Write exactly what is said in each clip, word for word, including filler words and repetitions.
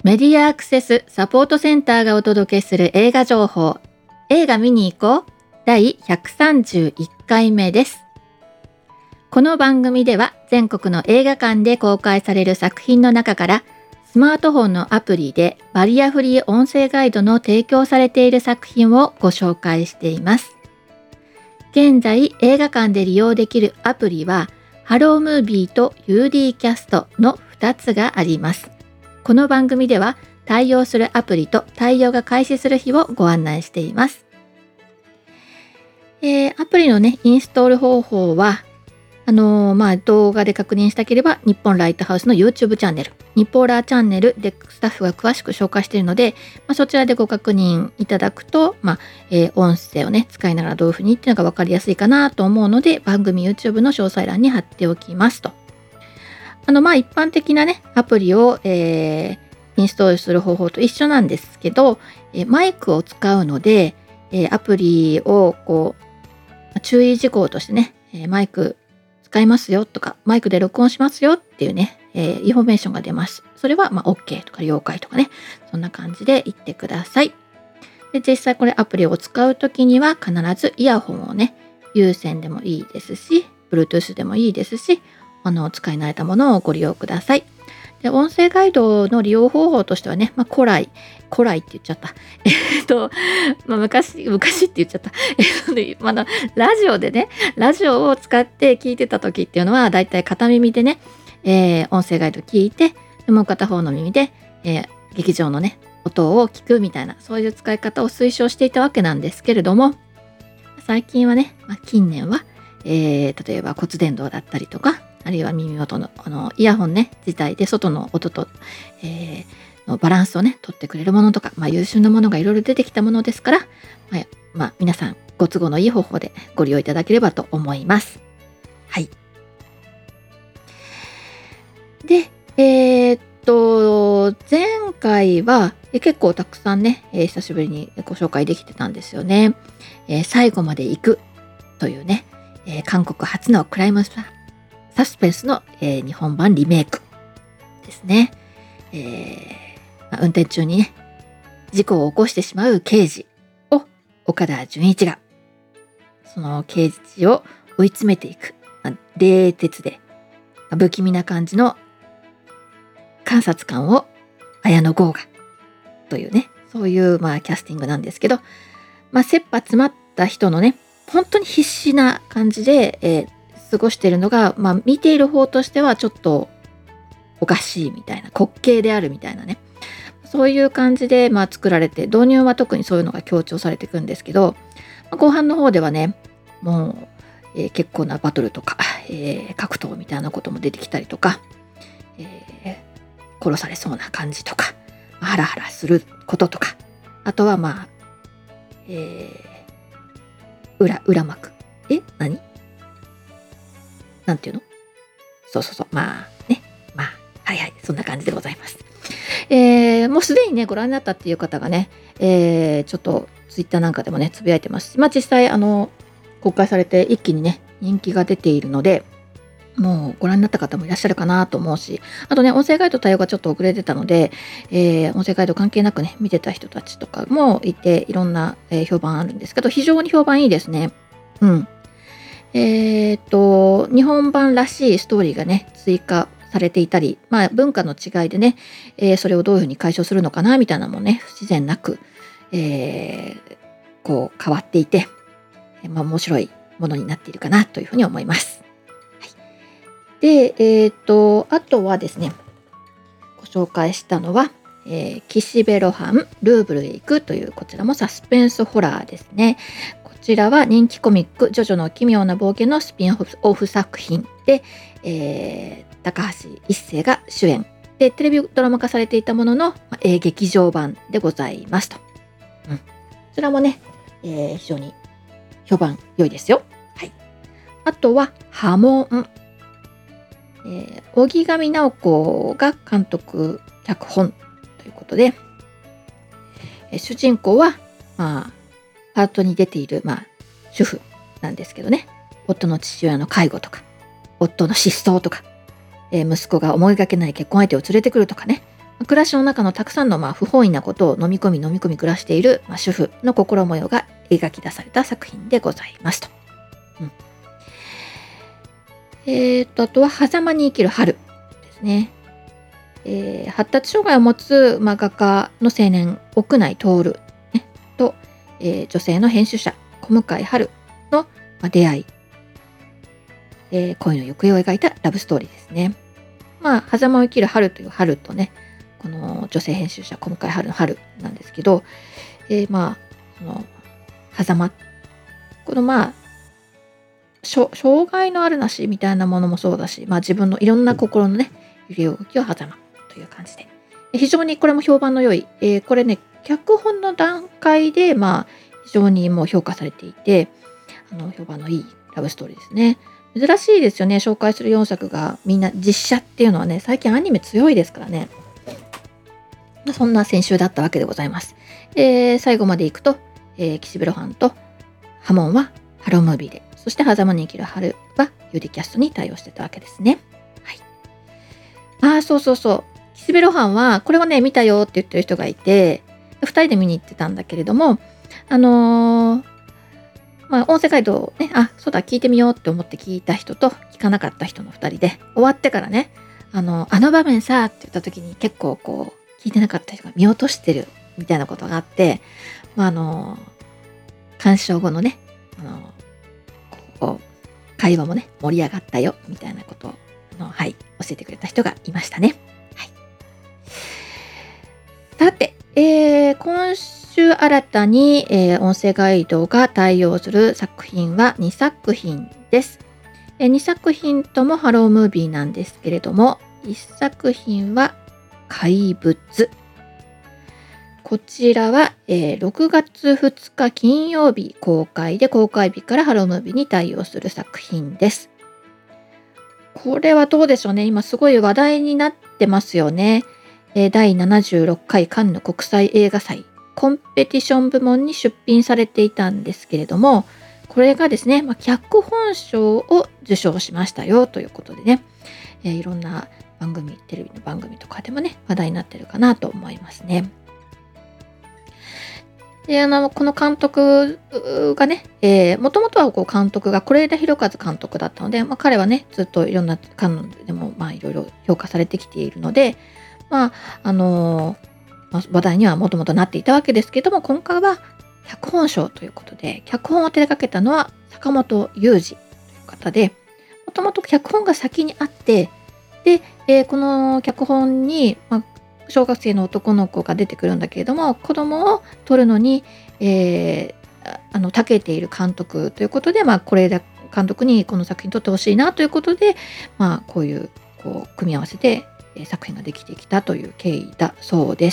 メディアアクセスサポートセンターがお届けする映画情報、映画見に行こうだいひゃくさんじゅういっかいめです。この番組では全国の映画館で公開される作品の中からスマートフォンのアプリでバリアフリー音声ガイドの提供されている作品をご紹介しています。現在映画館で利用できるアプリはハロームービーと ユーディー キャストのふたつがあります。この番組では対応するアプリと対応が開始する日をご案内しています。えー、アプリのねインストール方法はあのー、まあ動画で確認したければ日本ライトハウスの YouTube チャンネル、ニポーラーチャンネルでスタッフが詳しく紹介しているので、まあ、そちらでご確認いただくと、まあえー、音声をね使いながらどういうふうにっていうのが分かりやすいかなと思うので、番組 YouTube の詳細欄に貼っておきますと。あのまあ一般的なねアプリを、えー、インストールする方法と一緒なんですけど、えー、マイクを使うので、えー、アプリをこう注意事項としてね、えー、マイク使いますよとかマイクで録音しますよっていうね、えー、インフォメーションが出ます。それはまあ OK とか了解とかね、そんな感じで言ってください。で実際これアプリを使うときには必ずイヤホンをね、有線でもいいですし Bluetooth でもいいですし、あの使い慣れたものをご利用ください。で音声ガイドの利用方法としてはね、まあ、古来古来って言っちゃったえっと、まあ、昔昔って言っちゃったえっとね、まだラジオでねラジオを使って聞いてた時っていうのはだいたい片耳でね、えー、音声ガイド聞いて、もう片方の耳で、えー、劇場のね音を聞くみたいな、そういう使い方を推奨していたわけなんですけれども、最近はね、まあ、近年は、えー、例えば骨伝導だったりとか、あるいは耳元 の, あのイヤホンね自体で外の音と、えー、のバランスをね取ってくれるものとか、まあ、優秀なものがいろいろ出てきたものですから、まあまあ、皆さんご都合のいい方法でご利用いただければと思います。はい。で、えー、っと前回は結構たくさんね、えー、久しぶりにご紹介できてたんですよね。えー、最後まで行くというね、えー、韓国初のクライマックスサスペンスの、えー、日本版リメイクですね。えーまあ、運転中にね事故を起こしてしまう刑事を岡田准一がその刑事を追い詰めていく、まあ、冷徹で、まあ、不気味な感じの監察官を綾野剛がというね、そういう、まあ、キャスティングなんですけど、まあ、切羽詰まった人のね本当に必死な感じで、えー過ごしているのが、まあ、見ている方としてはちょっとおかしいみたいな、滑稽であるみたいなね、そういう感じで、まあ、作られて、導入は特にそういうのが強調されていくんですけど、まあ、後半の方ではねもう、えー、結構なバトルとか、えー、格闘みたいなことも出てきたりとか、えー、殺されそうな感じとかハラハラすることとか、あとはまあ、えー、裏裏幕え何なんていうのそうそうそう。まあね。まあ、はいはい。そんな感じでございます。えー、もうすでにね、ご覧になったっていう方がね、えー、ちょっとツイッターなんかでもね、つぶやいてますし、まあ実際、あの、公開されて一気にね、人気が出ているので、もうご覧になった方もいらっしゃるかなと思うし、あとね、音声ガイド対応がちょっと遅れてたので、えー、音声ガイド関係なくね、見てた人たちとかもいて、いろんな、えー、評判あるんですけど、非常に評判いいですね。うん。えー、っと日本版らしいストーリーがね追加されていたり、まあ、文化の違いでね、えー、それをどういうふうに解消するのかなみたいなのもね不自然なく、えー、こう変わっていて、まあ、面白いものになっているかなというふうに思います。はい、で、えー、っとあとはですねご紹介したのは、えー、岸辺露伴ルーブルへ行くというこちらもサスペンスホラーですね。こちらは人気コミックジョジョの奇妙な冒険のスピンオフ作品で、えー、高橋一生が主演でテレビドラマ化されていたものの、まあ、えー、劇場版でございますと、うん、こちらもね、えー、非常に評判良いですよ。はい、あとは波紋、えー、荻上直子が監督脚本ということで、えー、主人公はまあパートに出ている、まあ、主婦なんですけどね、夫の父親の介護とか夫の失踪とか、えー、息子が思いがけない結婚相手を連れてくるとかね、 暮らしの中のたくさんのまあ不本意なことを飲み込み飲み込み暮らしている、まあ、主婦の心模様が描き出された作品でございますと。うん、えーと、あとは狭間に生きる春ですね。えー発達障害を持つ、まあ、画家の青年奥内徹、ね、と、えー女性の編集者小向井春の、まあ、出会い、えー恋の行方を描いたラブストーリーですね。まあ、狭間を生きる春という春とね、この女性編集者小向井春の春なんですけど、えーまあその狭間、このまあしょ障害のあるなしみたいなものもそうだし、まあ、自分のいろんな心のね揺れ動きを狭間という感じで、非常にこれも評判の良い、えーこれね脚本の段階でまあ非常にもう評価されていて、あの評判のいいラブストーリーですね。珍しいですよね。紹介するよんさくがみんな実写っていうのはね、最近アニメ強いですからね。そんな先週だったわけでございます。で、最後までいくと、えー、岸辺露伴とハモンはハロームービーで、そして狭間に生きる春はユーディキャストに対応してたわけですね。はい。ああ、そうそうそう。岸辺露伴は、これはね、見たよって言ってる人がいて、ふたりで見に行ってたんだけれども、あのーまあ、音声ガイドをね、あ、そうだ、聞いてみようって思って聞いた人と聞かなかった人のふたりで、終わってからね、あの、あの場面さって言った時に結構こう、聞いてなかった人が見落としてるみたいなことがあって、まあ、あの、鑑賞後のね、あの、こう、会話もね、盛り上がったよみたいなことを、あの、はい、教えてくれた人がいましたね。はい。さて、えー、今週新たに、えー音声ガイドが対応する作品はにさく品です。えーにさく品ともハロームービーなんですけれども、いっさく品は怪物。こちらは、えーろくがつふつか金曜日公開で、公開日からハロームービーに対応する作品です。これはどうでしょうね。今すごい話題になってますよね。えーだいななじゅうろっかいカンヌ国際映画祭コンペティション部門に出品されていたんですけれども、これがですね、まあ、脚本賞を受賞しましたよということでね、えーいろんな番組、テレビの番組とかでもね、話題になってるかなと思いますね。で、あの、この監督がね、えー、もともとはこう監督が是枝裕和監督だったので、まあ、彼はね、ずっといろんなカンヌでも、まあ、いろいろ評価されてきているので、まあ、あのーまあ、話題にはもともとなっていたわけですけども、今回は脚本賞ということで、脚本を手掛けたのは坂本雄二という方で、もともと脚本が先にあって、で、えーこの脚本に、まあ、小学生の男の子が出てくるんだけれども、子供を撮るのに、えーああの長けている監督ということで、まあ、是枝監督にこの作品撮ってほしいなということで、まあ、こういうこう組み合わせで、えー作品ができてきたという経緯だそうです。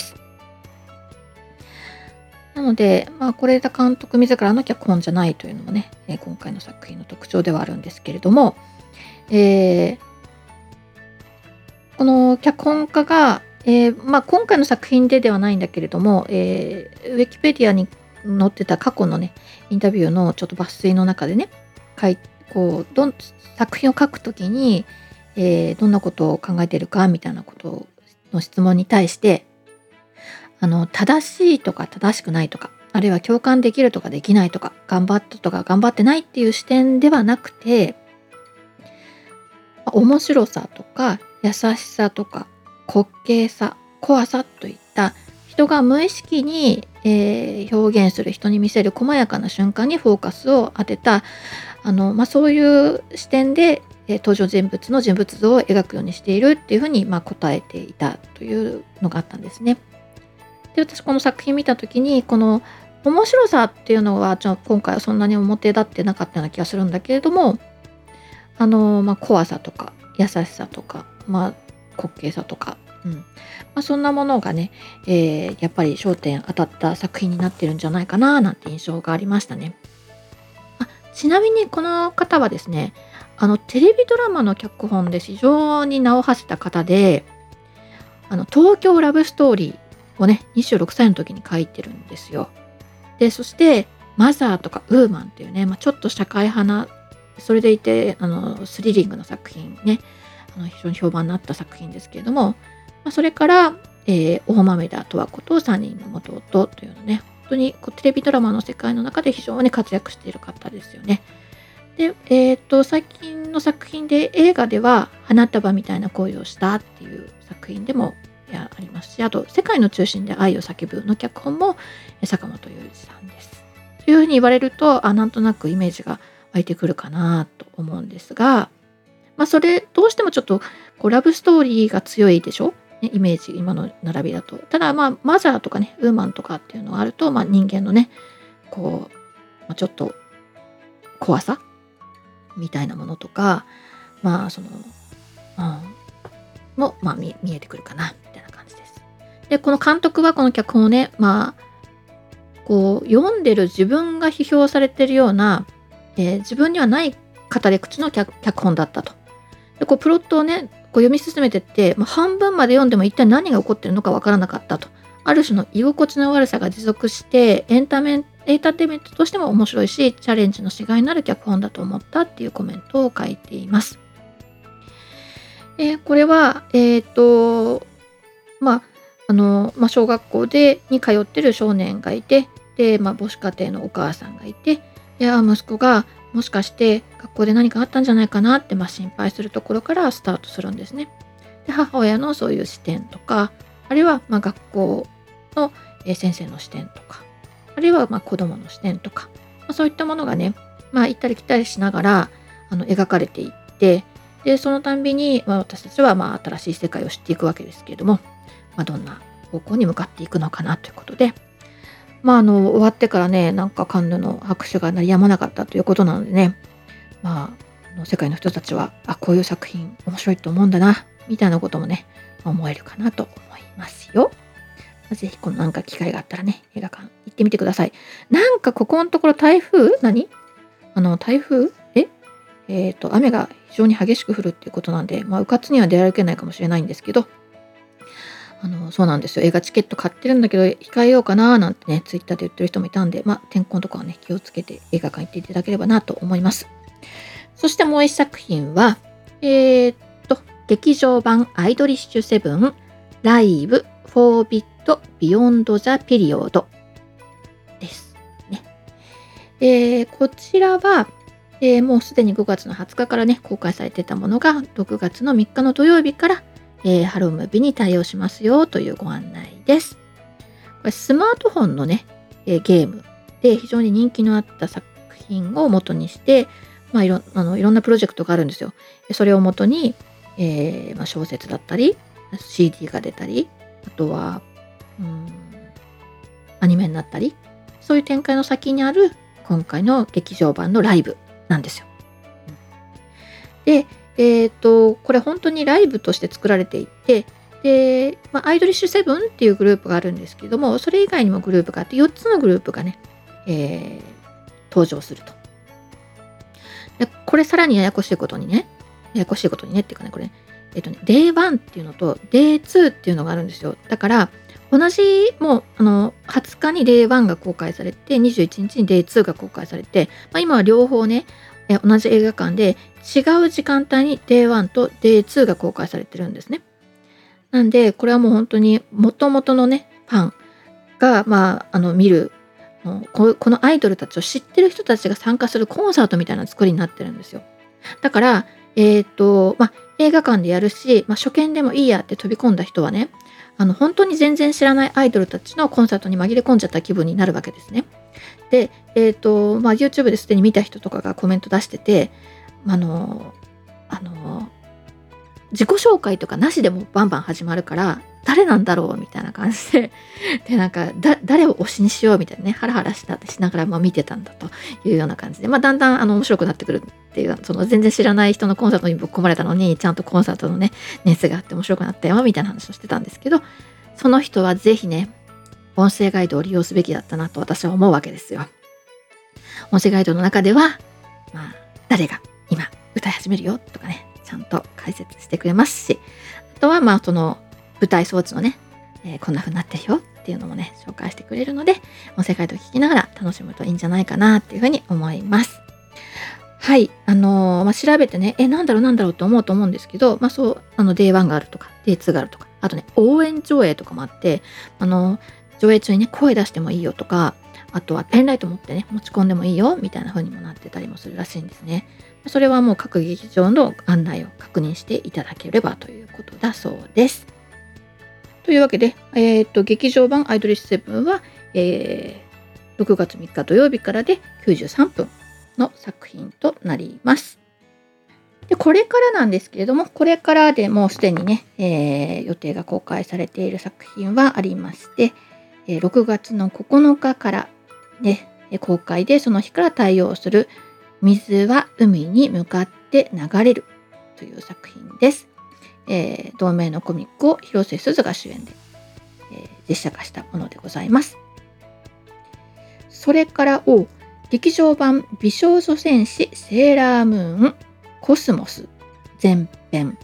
なので、まあ、是枝監督自らの脚本じゃないというのもね、えー今回の作品の特徴ではあるんですけれども、えーこの脚本家が、えーまあ、今回の作品でではないんだけれども、えーウィキペディアに載ってた過去のね、インタビューのちょっと抜粋の中でね、書いこうどん作品を書くときに、えーどんなことを考えているかみたいなことの質問に対して、あの正しいとか正しくないとか、あるいは共感できるとかできないとか、頑張ったとか頑張ってないっていう視点ではなくて、まあ面白さとか優しさとか滑稽さ、怖さといった人が無意識に、えー表現する、人に見せる細やかな瞬間にフォーカスを当てた、あの、まあ、そういう視点で、えー登場人物の人物像を描くようにしているっていうふうに、まあ、答えていたというのがあったんですね。で、私この作品見た時に、この面白さっていうのはちょ今回はそんなに表立ってなかったような気がするんだけれども、あの、まあ、怖さとか優しさとか、まあ、滑稽さとか、うんまあ、そんなものがね、えーやっぱり焦点当たった作品になってるんじゃないかななんて印象がありましたね。あ、ちなみにこの方はですね、あのテレビドラマの脚本で非常に名を馳せた方で、あの東京ラブストーリーをね、にじゅうろくさいの時に書いてるんですよ。で、そしてマザーとかウーマンっていうね、まあ、ちょっと社会派な、それでいてあのスリリングな作品ね、あの非常に評判になった作品ですけれども、まあ、それから、 えー、大豆田十和子とさんにんの元夫というのね、本当にこうテレビドラマの世界の中で非常に活躍している方ですよね。で、えー、と最近の作品で映画では花束みたいな恋をしたっていう作品でもありますし、あと世界の中心で愛を叫ぶの脚本も坂本雄二さんです。というふうに言われると、あなんとなくイメージが湧いてくるかなと思うんですが、まあ、それどうしてもちょっとこうラブストーリーが強いでしょ、ね、イメージ今の並びだと。ただまあマザーとかねウーマンとかっていうのがあると、まあ、人間のねこう、まあ、ちょっと怖さみたいなものとか、まあその、うん、も、まあ、見見えてくるかなみたいな感じです。でこの監督はこの脚本をね、まあこう読んでる自分が批評されてるような、えー自分にはない語り口の脚脚本だったと。でこうプロットをねこう読み進めてって、まあ、半分まで読んでも一体何が起こってるのかわからなかったと。ある種の居心地の悪さが持続してエンタメエンターテインメントとしても面白いし、チャレンジのしがいのある脚本だと思ったっていうコメントを書いています。えーこれはえっ、とまああの、まあ、小学校でに通ってる少年がいて、で、まあ、母子家庭のお母さんがいて、で、あ息子がもしかして学校で何かあったんじゃないかなって、まあ、心配するところからスタートするんですね。で、母親のそういう視点とか、あるいはまあ学校のえー先生の視点とか、あるいはまあ子供の視点とか、まあ、そういったものがね、まあ、行ったり来たりしながらあの描かれていって、で、そのたんびに、まあ、私たちはまあ新しい世界を知っていくわけですけれども、まあ、どんな方向に向かっていくのかなということで、まあ、あの終わってからね、なんかカンヌの拍手が鳴りやまなかったということなのでね、まあ、あの世界の人たちは、あ、こういう作品面白いと思うんだな、みたいなこともね、思えるかなと思いますよ。ぜひ、このなんか機会があったらね、映画館行ってみてください。なんかここのところ台風何あの、台風ええっ、と、雨が非常に激しく降るっていうことなんで、まあ、うかつには出歩けないかもしれないんですけど、あの、そうなんですよ。映画チケット買ってるんだけど、控えようかななんてね、ツイッターで言ってる人もいたんで、まあ、天候とかはね、気をつけて映画館行っていただければなと思います。そしてもう一作品は、えーっと、劇場版アイドリッシュセブンライブフォービットビヨンドザピリオドですね。えーこちらは、えーもうすでにごがつのはつかからね、公開されてたものが、ろくがつのみっかの土曜日から、えーハロームービーに対応しますよというご案内です。これスマートフォンのね、えーゲームで非常に人気のあった作品を元にして、まあ、いろあのいろんなプロジェクトがあるんですよ。でそれを元に、えーまあ、小説だったり、シーディー が出たり、あとは、うん、アニメになったり、そういう展開の先にある今回の劇場版のライブなんですよ。で、えっ、と、これ本当にライブとして作られていて、で、まあ、アイドリッシュセブンっていうグループがあるんですけども、それ以外にもグループがあって、よっつのグループがね、えー登場すると。で、これさらにややこしいことにね、ややこしいことにねっていうかね、これ、えっ、とね、デイワン っていうのと デイツー っていうのがあるんですよ。だから、同じ、もう、あの、はつかに デイワン が公開されて、にじゅういちにちに デイツー が公開されて、まあ、今は両方ね、え同じ映画館で違う時間帯に デイワン と デイツー が公開されてるんですね。なんで、これはもう本当に元々のね、ファンが、まあ、あの、見る、もうここのアイドルたちを知ってる人たちが参加するコンサートみたいな作りになってるんですよ。だから、えっ、と、まあ、映画館でやるし、まあ、初見でもいいやって飛び込んだ人はね、あの、本当に全然知らないアイドルたちのコンサートに紛れ込んじゃった気分になるわけですね。で、えっ、と、まあ、YouTube ですでに見た人とかがコメント出してて、あの、あの、自己紹介とかなしでもバンバン始まるから、誰なんだろうみたいな感じで、で、なんか、だ、誰を推しにしようみたいなね、ハラハラしたしながらまあ見てたんだというような感じで、まあ、だんだんあの面白くなってくるっていう、その全然知らない人のコンサートにぶっ込まれたのに、ちゃんとコンサートのね、熱があって面白くなったよみたいな話をしてたんですけど、その人はぜひね、音声ガイドを利用すべきだったなと私は思うわけですよ。音声ガイドの中では、まあ、誰が今歌い始めるよとかね、ちゃんと解説してくれますし、あとはまあその舞台装置のね、えーこんな風になってるよっていうのもね、紹介してくれるので、音声ガイドを聞きながら楽しむといいんじゃないかなっていうふうに思います。はい、あのーまあ、調べてね、え、なんだろうなんだろうと思うと思うんですけど、まあそう、あの デイワン があるとか、デイツー があるとか、 あとね、応援上映とかもあって、あの上映中にね声出してもいいよとか、あとはペンライト持ってね持ち込んでもいいよみたいな風にもなってたりもするらしいんですね。それはもう各劇場の案内を確認していただければということだそうです。というわけで、えー、と劇場版アイドリッシュセブンは、えーろくがつみっか土曜日からできゅうじゅうさんぷんの作品となります。でこれからなんですけれども、これからでもうすでにね、えー予定が公開されている作品はありまして、えーろくがつのここのかからね、えー公開で、その日から対応する水は海に向かって流れるという作品です。えー同名のコミックを広瀬すずが主演で、えー実写化したものでございます。それからを劇場版美少女戦士セーラームーンコスモス前編、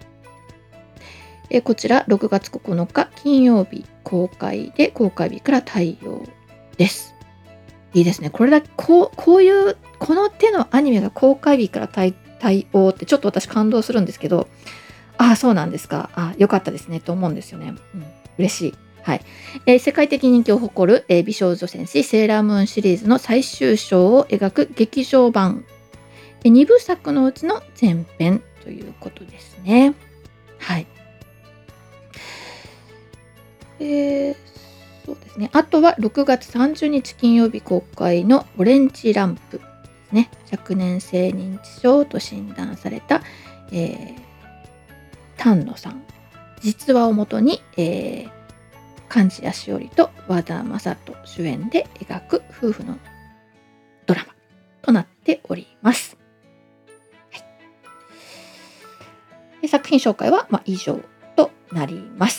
えーこちらろくがつここのか金曜日公開で、公開日から対応です。いいですね。これだけこう、こういうこの手のアニメが公開日から対対応ってちょっと私感動するんですけど、ああそうなんですか、あよかったですねと思うんですよね。うん、嬉しい。はい、えー世界的人気を誇る、えー美少女戦士セーラームーンシリーズの最終章を描く劇場版、えー、にぶさくのうちの前編ということですね。はい。えーそうですね。あとはろくがつさんじゅうにち金曜日公開のオレンジランプですね。若年性認知症と診断された、えー丹野さん実話をもとに、えー、貫地谷しおりと和田正人主演で描く夫婦のドラマとなっております。はい、で作品紹介は、まあ、以上となります。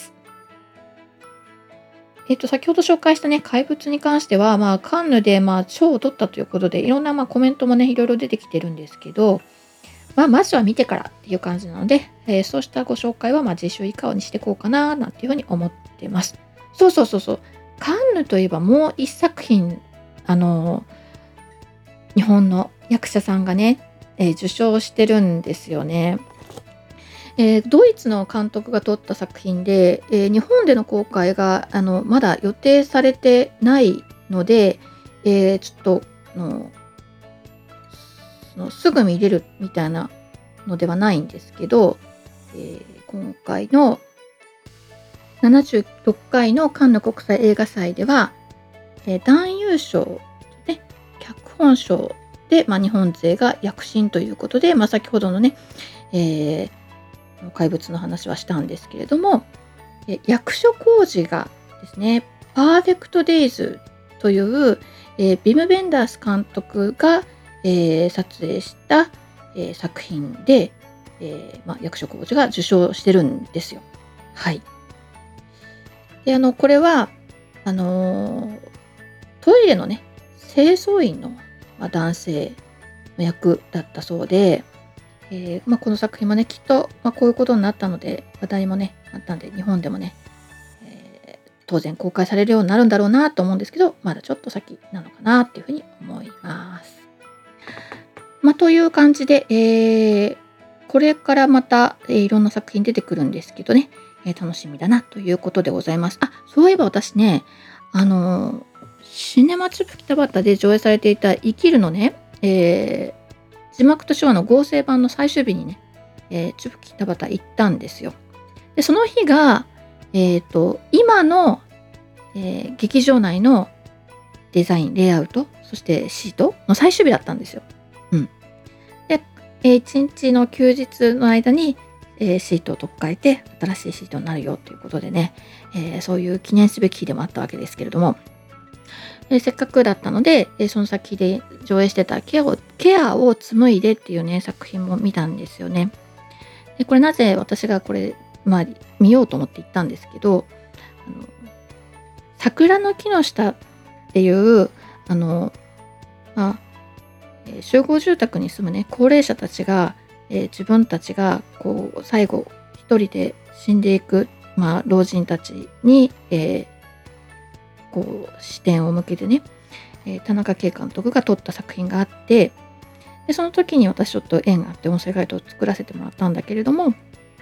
えっと、先ほど紹介したね、怪物に関しては、まあ、カンヌで、まあ、賞を取ったということで、いろんな、まあ、コメントもね、いろいろ出てきてるんですけど、まあ、まずは見てからっていう感じなので、えーそうしたご紹介は、まあ、次週以下にしていこうかな、なんていうふうに思ってます。そうそうそうそう。カンヌといえばもう一作品、あのー日本の役者さんがね、えー受賞してるんですよね。えードイツの監督が撮った作品で、えー日本での公開があのまだ予定されてないので、えーちょっとあのそのすぐ見れるみたいなのではないんですけど、えー今回のななじゅうろっかいのカンヌ国際映画祭では、えー男優賞、ね、脚本賞で、まあ、日本勢が躍進ということで、まあ、先ほどのね、えー怪物の話はしたんですけれども、え役所広司がですね、パーフェクトデイズという、えービム・ベンダース監督が、えー撮影した、えー作品で、えーまあ、役所広司が受賞してるんですよ。はい。で、あの、これは、あのートイレのね、清掃員の、まあ、男性の役だったそうで、えーまあ、この作品もねきっと、まあ、こういうことになったので話題もねあったんで、日本でもね、えー当然公開されるようになるんだろうなと思うんですけど、まだちょっと先なのかなっていうふうに思います。まあ、という感じで、えーこれからまた、えーいろんな作品出てくるんですけどね、えー楽しみだなということでございます。あ、そういえば私ね、あのーシネマチュプ北畑で上映されていた生きるのね、えー字幕と手話の合成版の最終日にね、えー、チュプ北畑行ったんですよ。で、その日が、えっと、今の、えー劇場内のデザイン、レイアウト、そしてシートの最終日だったんですよ。うん。で、えー、いちにちの休日の間に、えーシートを取っ替えて、新しいシートになるよということでね、えーそういう記念すべき日でもあったわけですけれども、えーせっかくだったので、えーその先で上映してたケアを、ケアを紡いでっていうね、作品も見たんですよね。で、これなぜ私がこれ、まあ、見ようと思って行ったんですけど、あの桜の木の下っていう、あの、まあ、えー集合住宅に住むね、高齢者たちが、えー自分たちが、こう、最後、一人で死んでいく、まあ、老人たちに、えーこう、視点を向けてね、えー田中圭監督が撮った作品があって、でその時に私ちょっと縁があって音声ガイドを作らせてもらったんだけれども、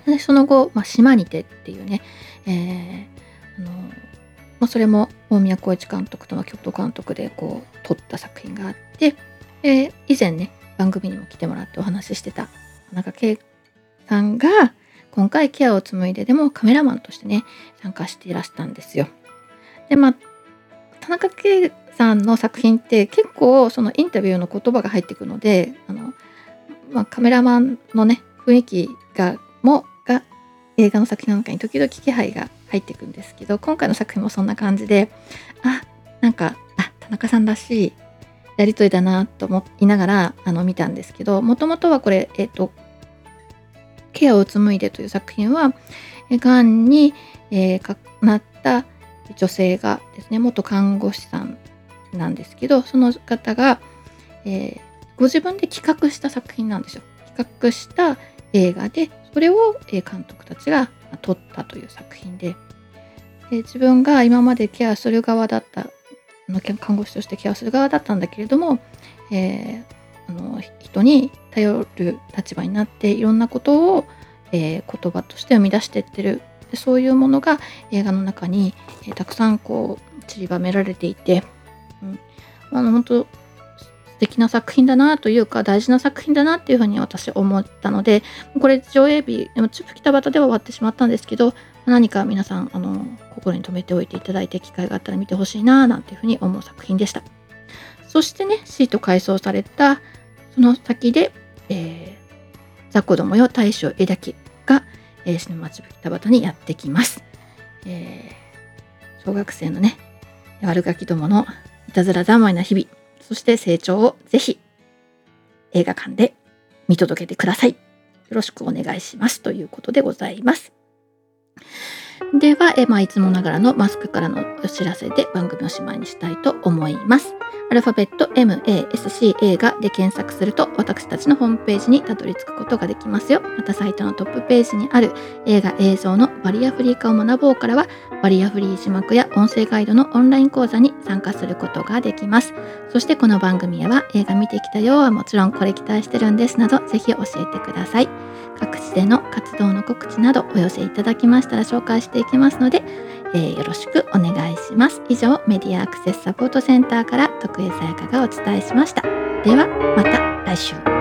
でその後、まあ、島にてっていうね、えーあのまあ、それも大宮光一監督との共同監督でこう撮った作品があって、で以前ね番組にも来てもらってお話ししてた田中圭さんが今回ケアを紡いででもカメラマンとしてね参加していらしたんですよ。でまあ田中圭さんの作品って結構そのインタビューの言葉が入ってくるので、あの、まあ、カメラマンのね雰囲気がもが映画の作品の中に時々気配が入ってくるんですけど、今回の作品もそんな感じで、あなんかあ田中さんらしいやりとりだなと思いながらあの見たんですけど、もともとはこれ、えっとケアを紡いでという作品はがんに、えー、かなった女性がですね、元看護師さんなんですけど、その方が、えーご自分で企画した作品なんですよ。企画した映画で、それを、えー監督たちが撮ったという作品で、で自分が今までケアする側だったあの看護師としてケアする側だったんだけれども、えーあの人に頼る立場になっていろんなことを、えー言葉として生み出していってる、でそういうものが映画の中に、えーたくさんこう散りばめられていて、うん、あの本当素敵な作品だなというか大事な作品だなっていうふうに私思ったので、これ上映日でもチュップ北畑では終わってしまったんですけど、何か皆さんあの心に留めておいていただいて機会があったら見てほしいななんていうふうに思う作品でした。そしてねシート改装されたその先で、えー、ザコどもよ大将枝木が、えー、シネマチュップ北畑にやってきます。えー、小学生のね悪ガキどものいたずら三昧な日々、そして成長をぜひ映画館で見届けてください。よろしくお願いしますということでございます。では、えまあ、いつもながらのマスクからのお知らせで番組をしまいにしたいと思います。アルファベット エムエーエスシー 映画で検索すると私たちのホームページにたどり着くことができますよ。またサイトのトップページにある映画映像のバリアフリー化を学ぼうからは、バリアフリー字幕や音声ガイドのオンライン講座に参加することができます。そしてこの番組へは映画見てきたよはもちろんこれ期待してるんですなどぜひ教えてください。各地での活動の告知などお寄せいただきましたら紹介していきますので、えー、よろしくお願いします。以上、メディアアクセスサポートセンターから徳江さやかがお伝えしました。ではまた来週。